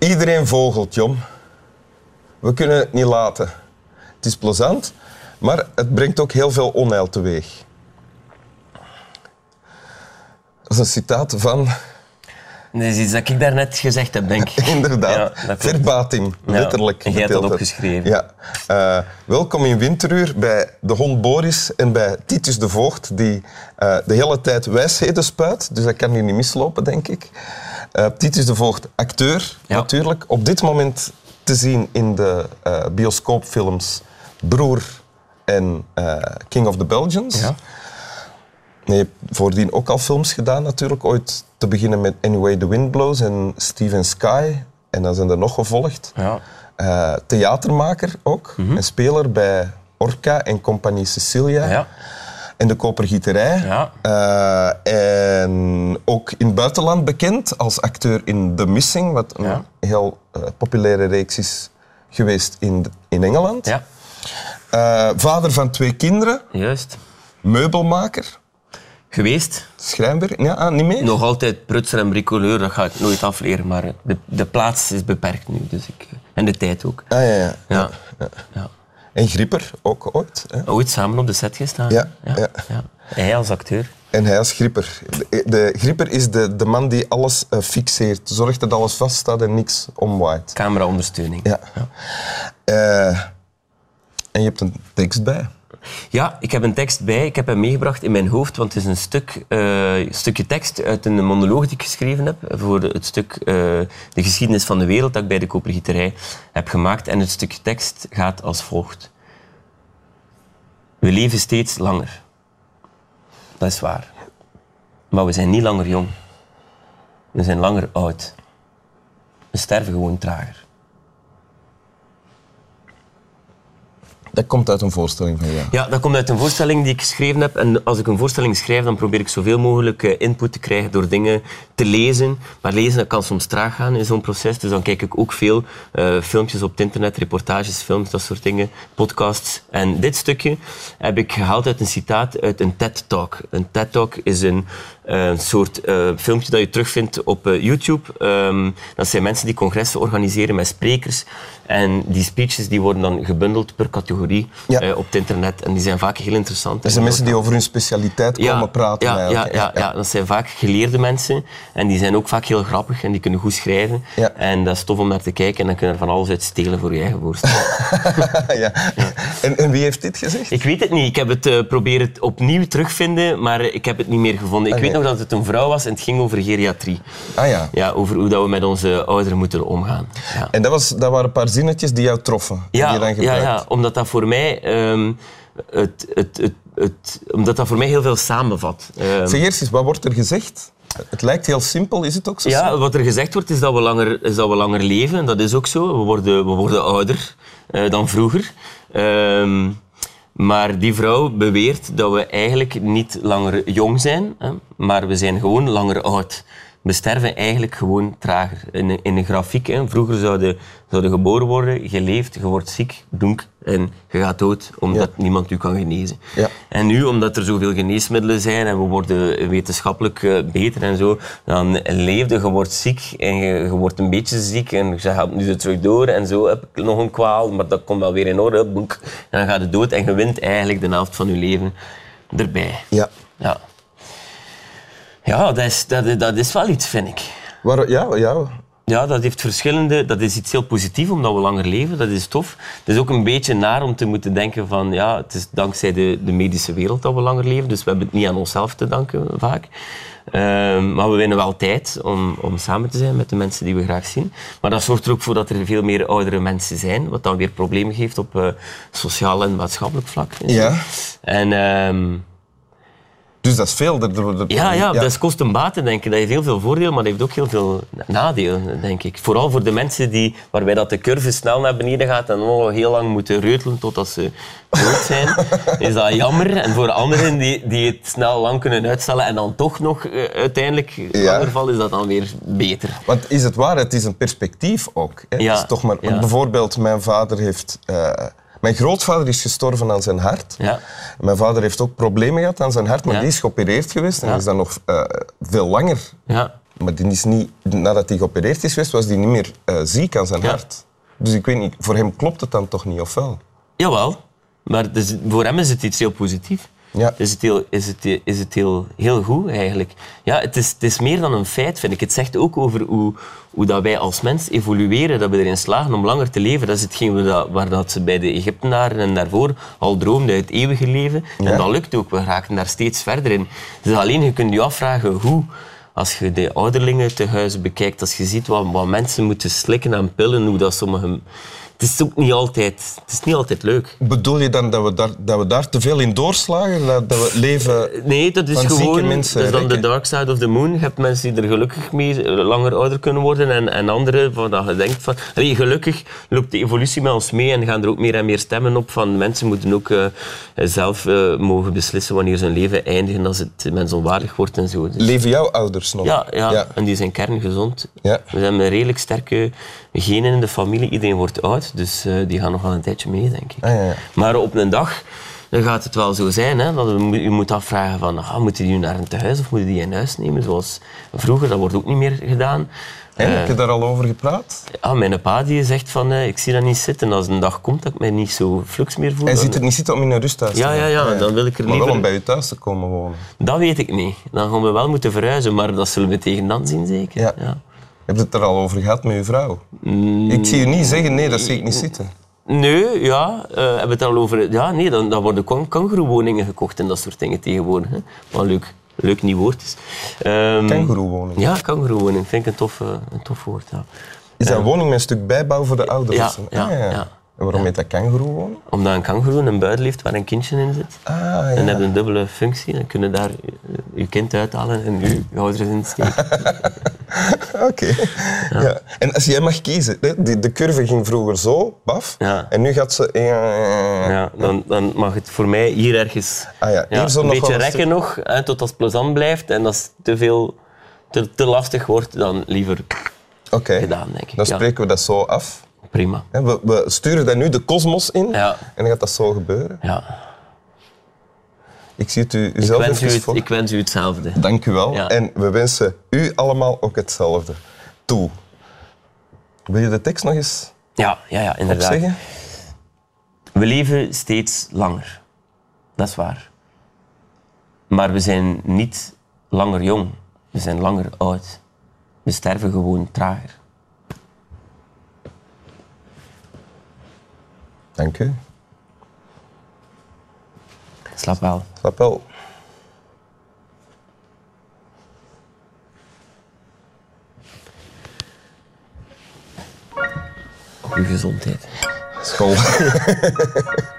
Iedereen vogelt, Jom. We kunnen het niet laten. Het is plezant, maar het brengt ook heel veel onheil teweeg. Dat is een citaat van... Dat is iets dat ik daarnet gezegd heb, denk ik. Inderdaad. Ja, verbatim, letterlijk. En jij hebt dat opgeschreven. Ja. Welkom in Winteruur bij de hond Boris en bij Titus de Voogd, die de hele tijd wijsheden spuit. Dus dat kan hier niet mislopen, denk ik. Titus de Voogd, acteur natuurlijk. Op dit moment te zien in de bioscoopfilms Broer en King of the Belgians. Ja. Je hebt voordien ook al films gedaan natuurlijk. Ooit te beginnen met Anyway the Wind Blows en Steve Sky. En dan zijn er nog gevolgd. Ja. Theatermaker ook. En speler bij Orca en Compagnie Cecilia. Ja. En de Kopergieterij. Ja. En ook in het buitenland bekend als acteur in The Missing, wat een heel populaire reeks is geweest in Engeland. Ja. Vader van 2 kinderen. Juist. Meubelmaker. Geweest. Schrijnwerk? Ja, niet meer? Nog altijd prutser en bricoleur, dat ga ik nooit afleren, maar de plaats is beperkt nu. Dus en de tijd ook. Ja. Ja. En Gripper ook ooit? Hè? Ooit samen op de set gestaan. Ja. Hij als acteur. En hij als Gripper. De Gripper is de man die alles fixeert. Zorgt dat alles vaststaat en niks omwaait. Camera-ondersteuning. Ja. En je hebt een tekst bij. Ja, ik heb een tekst bij. Ik heb hem meegebracht in mijn hoofd, want het is een stukje tekst uit een monoloog die ik geschreven heb voor het stuk De geschiedenis van de wereld dat ik bij de Kopergieterij heb gemaakt. En het stukje tekst gaat als volgt. We leven steeds langer. Dat is waar. Maar we zijn niet langer jong. We zijn langer oud. We sterven gewoon trager. Dat komt uit een voorstelling van jou? Ja, dat komt uit een voorstelling die ik geschreven heb. En als ik een voorstelling schrijf, dan probeer ik zoveel mogelijk input te krijgen door dingen te lezen. Maar lezen dat kan soms traag gaan in zo'n proces. Dus dan kijk ik ook veel filmpjes op het internet, reportages, films, dat soort dingen, podcasts. En dit stukje heb ik gehaald uit een citaat uit een TED-talk. Een TED-talk is een soort filmpje dat je terugvindt op YouTube. Dat zijn mensen die congressen organiseren met sprekers. En die speeches die worden dan gebundeld per categorie op het internet. En die zijn vaak heel interessant. Dat zijn mensen die over hun specialiteit komen praten. Ja, dat zijn vaak geleerde mensen. En die zijn ook vaak heel grappig en die kunnen goed schrijven. Ja. En dat is tof om naar te kijken. En dan kun je er van alles uit stelen voor je eigen voorstelling. En wie heeft dit gezegd? Ik weet het niet. Ik heb het proberen opnieuw terugvinden, maar ik heb het niet meer gevonden. Ik weet nog dat het een vrouw was en het ging over geriatrie. Ja, over hoe dat we met onze ouderen moeten omgaan. Ja. En dat waren een paar zinnetjes die jou troffen? Ja, omdat dat voor mij omdat dat voor mij heel veel samenvat. Zeg eerst eens, wat wordt er gezegd? Het lijkt heel simpel, is het ook zo? Ja, wat er gezegd wordt is dat we langer leven. Dat is ook zo. We worden ouder dan vroeger. Maar die vrouw beweert dat we eigenlijk niet langer jong zijn, maar we zijn gewoon langer oud. We sterven eigenlijk gewoon trager. In een grafiek, vroeger zouden geboren worden, je leeft, je wordt ziek, donk, en je gaat dood omdat niemand u kan genezen. Ja. En nu, omdat er zoveel geneesmiddelen zijn en we worden wetenschappelijk beter en zo, dan leefde, je wordt ziek en je wordt een beetje ziek en je gaat nu terug door en zo heb ik nog een kwaal, maar dat komt wel weer in orde, bonk, en dan gaat het dood en je wint eigenlijk de helft van je leven erbij. Ja. Ja, dat is wel iets, vind ik. Ja, dat heeft verschillende... Dat is iets heel positiefs, omdat we langer leven. Dat is tof. Het is ook een beetje naar om te moeten denken van... Ja, het is dankzij de medische wereld dat we langer leven. Dus we hebben het niet aan onszelf te danken, vaak. Maar we winnen wel tijd om samen te zijn met de mensen die we graag zien. Maar dat zorgt er ook voor dat er veel meer oudere mensen zijn. Wat dan weer problemen geeft op sociaal en maatschappelijk vlak. Ja. En... Dus dat is veel. Dat kost een baten, denk ik. Dat heeft heel veel voordelen, maar dat heeft ook heel veel nadelen, denk ik. Vooral voor de mensen waarbij dat de curve snel naar beneden gaat en nog heel lang moeten reutelen totdat ze dood zijn, is dat jammer. En voor anderen die het snel lang kunnen uitstellen en dan toch nog uiteindelijk langer vallen, is dat dan weer beter. Want is het waar? Het is een perspectief ook. Hè? Ja. Het is toch maar, bijvoorbeeld, mijn vader heeft... Mijn grootvader is gestorven aan zijn hart. Ja. Mijn vader heeft ook problemen gehad aan zijn hart, maar die is geopereerd geweest en is dan nog veel langer Maar die is niet, nadat hij geopereerd is geweest, was hij niet meer ziek aan zijn hart. Dus ik weet niet, voor hem klopt het dan toch niet, of wel? Jawel, maar dus, voor hem is het iets heel positiefs. Ja. Is het heel goed, eigenlijk. Ja, het is meer dan een feit, vind ik. Het zegt ook over hoe dat wij als mens evolueren, dat we erin slagen om langer te leven. Dat is hetgeen waar dat ze bij de Egyptenaren en daarvoor al droomden, het eeuwige leven. Ja. En dat lukt ook. We raken daar steeds verder in. Dus alleen, je kunt je afvragen hoe... Als je de ouderlingen te huis bekijkt, als je ziet wat mensen moeten slikken aan pillen, hoe dat sommigen... Het is ook niet altijd leuk. Bedoel je dan dat we daar te veel in doorslagen? Dat we leven Nee, dat is van gewoon... zieke mensen Dat is dan de rekken? dark side of the moon. Je hebt mensen die er gelukkig mee langer ouder kunnen worden en anderen van dat je denkt van... Gelukkig loopt de evolutie met ons mee en gaan er ook meer en meer stemmen op van mensen moeten ook zelf mogen beslissen wanneer ze hun leven eindigen als het mensonwaardig wordt en zo. Dus, Leven jouw ouders nog? ja, en die zijn kerngezond. Ja. We hebben redelijk sterke genen in de familie. Iedereen wordt oud, dus die gaan nog wel een tijdje mee, denk ik. Ja. Maar op een dag dan gaat het wel zo zijn, hè, dat je moet afvragen van, moeten die nu naar een tehuis of moeten die in huis nemen, zoals vroeger. Dat wordt ook niet meer gedaan. En, heb je daar al over gepraat? Ja, mijn pa die zegt van, ik zie dat niet zitten. Als een dag komt dat ik mij niet zo flux meer voel... Hij ziet er niet zitten om in een rusthuis te gaan? Ja, dan wil ik er maar liever... wel om bij je thuis te komen wonen? Dat weet ik niet. Dan gaan we wel moeten verhuizen, maar dat zullen we tegen dan zien, zeker. Ja. Ja. Heb je het er al over gehad met je vrouw? Ik zie je niet zeggen, nee, dat zie ik niet zitten. Nee, ja. Hebben we het al over... Ja, nee, dan worden kangoeroewoningen gekocht en dat soort dingen tegenwoordig. Hè. Wat een leuk nieuw woord is. Kangoeroewoning? Ja, kangoeroewoning vind ik een tof woord. Ja. Is dat een woning met een stuk bijbouw voor de ouders? Ja. En waarom heet dat kangoeroewoning? Omdat een kangoeroe een buidel heeft waar een kindje in zit. Ja. En heb je een dubbele functie. Dan kun je daar je kind uithalen en je ouders in steken. Oké. Ja. En als jij mag kiezen, de curve ging vroeger zo, baf, en nu gaat ze... Ja, dan mag het voor mij hier ergens hier zo een nog beetje wel rekken nog, tot als het plezant blijft. En als het te lastig wordt, dan liever gedaan, denk ik. Dan spreken we dat zo af. Prima. We sturen dat nu de kosmos in en dan gaat dat zo gebeuren. Ja. Ik zie het u zelf even voor. Ik wens u hetzelfde. Dank u wel. Ja. En we wensen u allemaal ook hetzelfde toe. Wil je de tekst nog eens Ja, inderdaad. opzeggen? We leven steeds langer. Dat is waar. Maar we zijn niet langer jong. We zijn langer oud. We sterven gewoon trager. Dank u. Slaap wel. Slaap wel. Op uw gezondheid. School.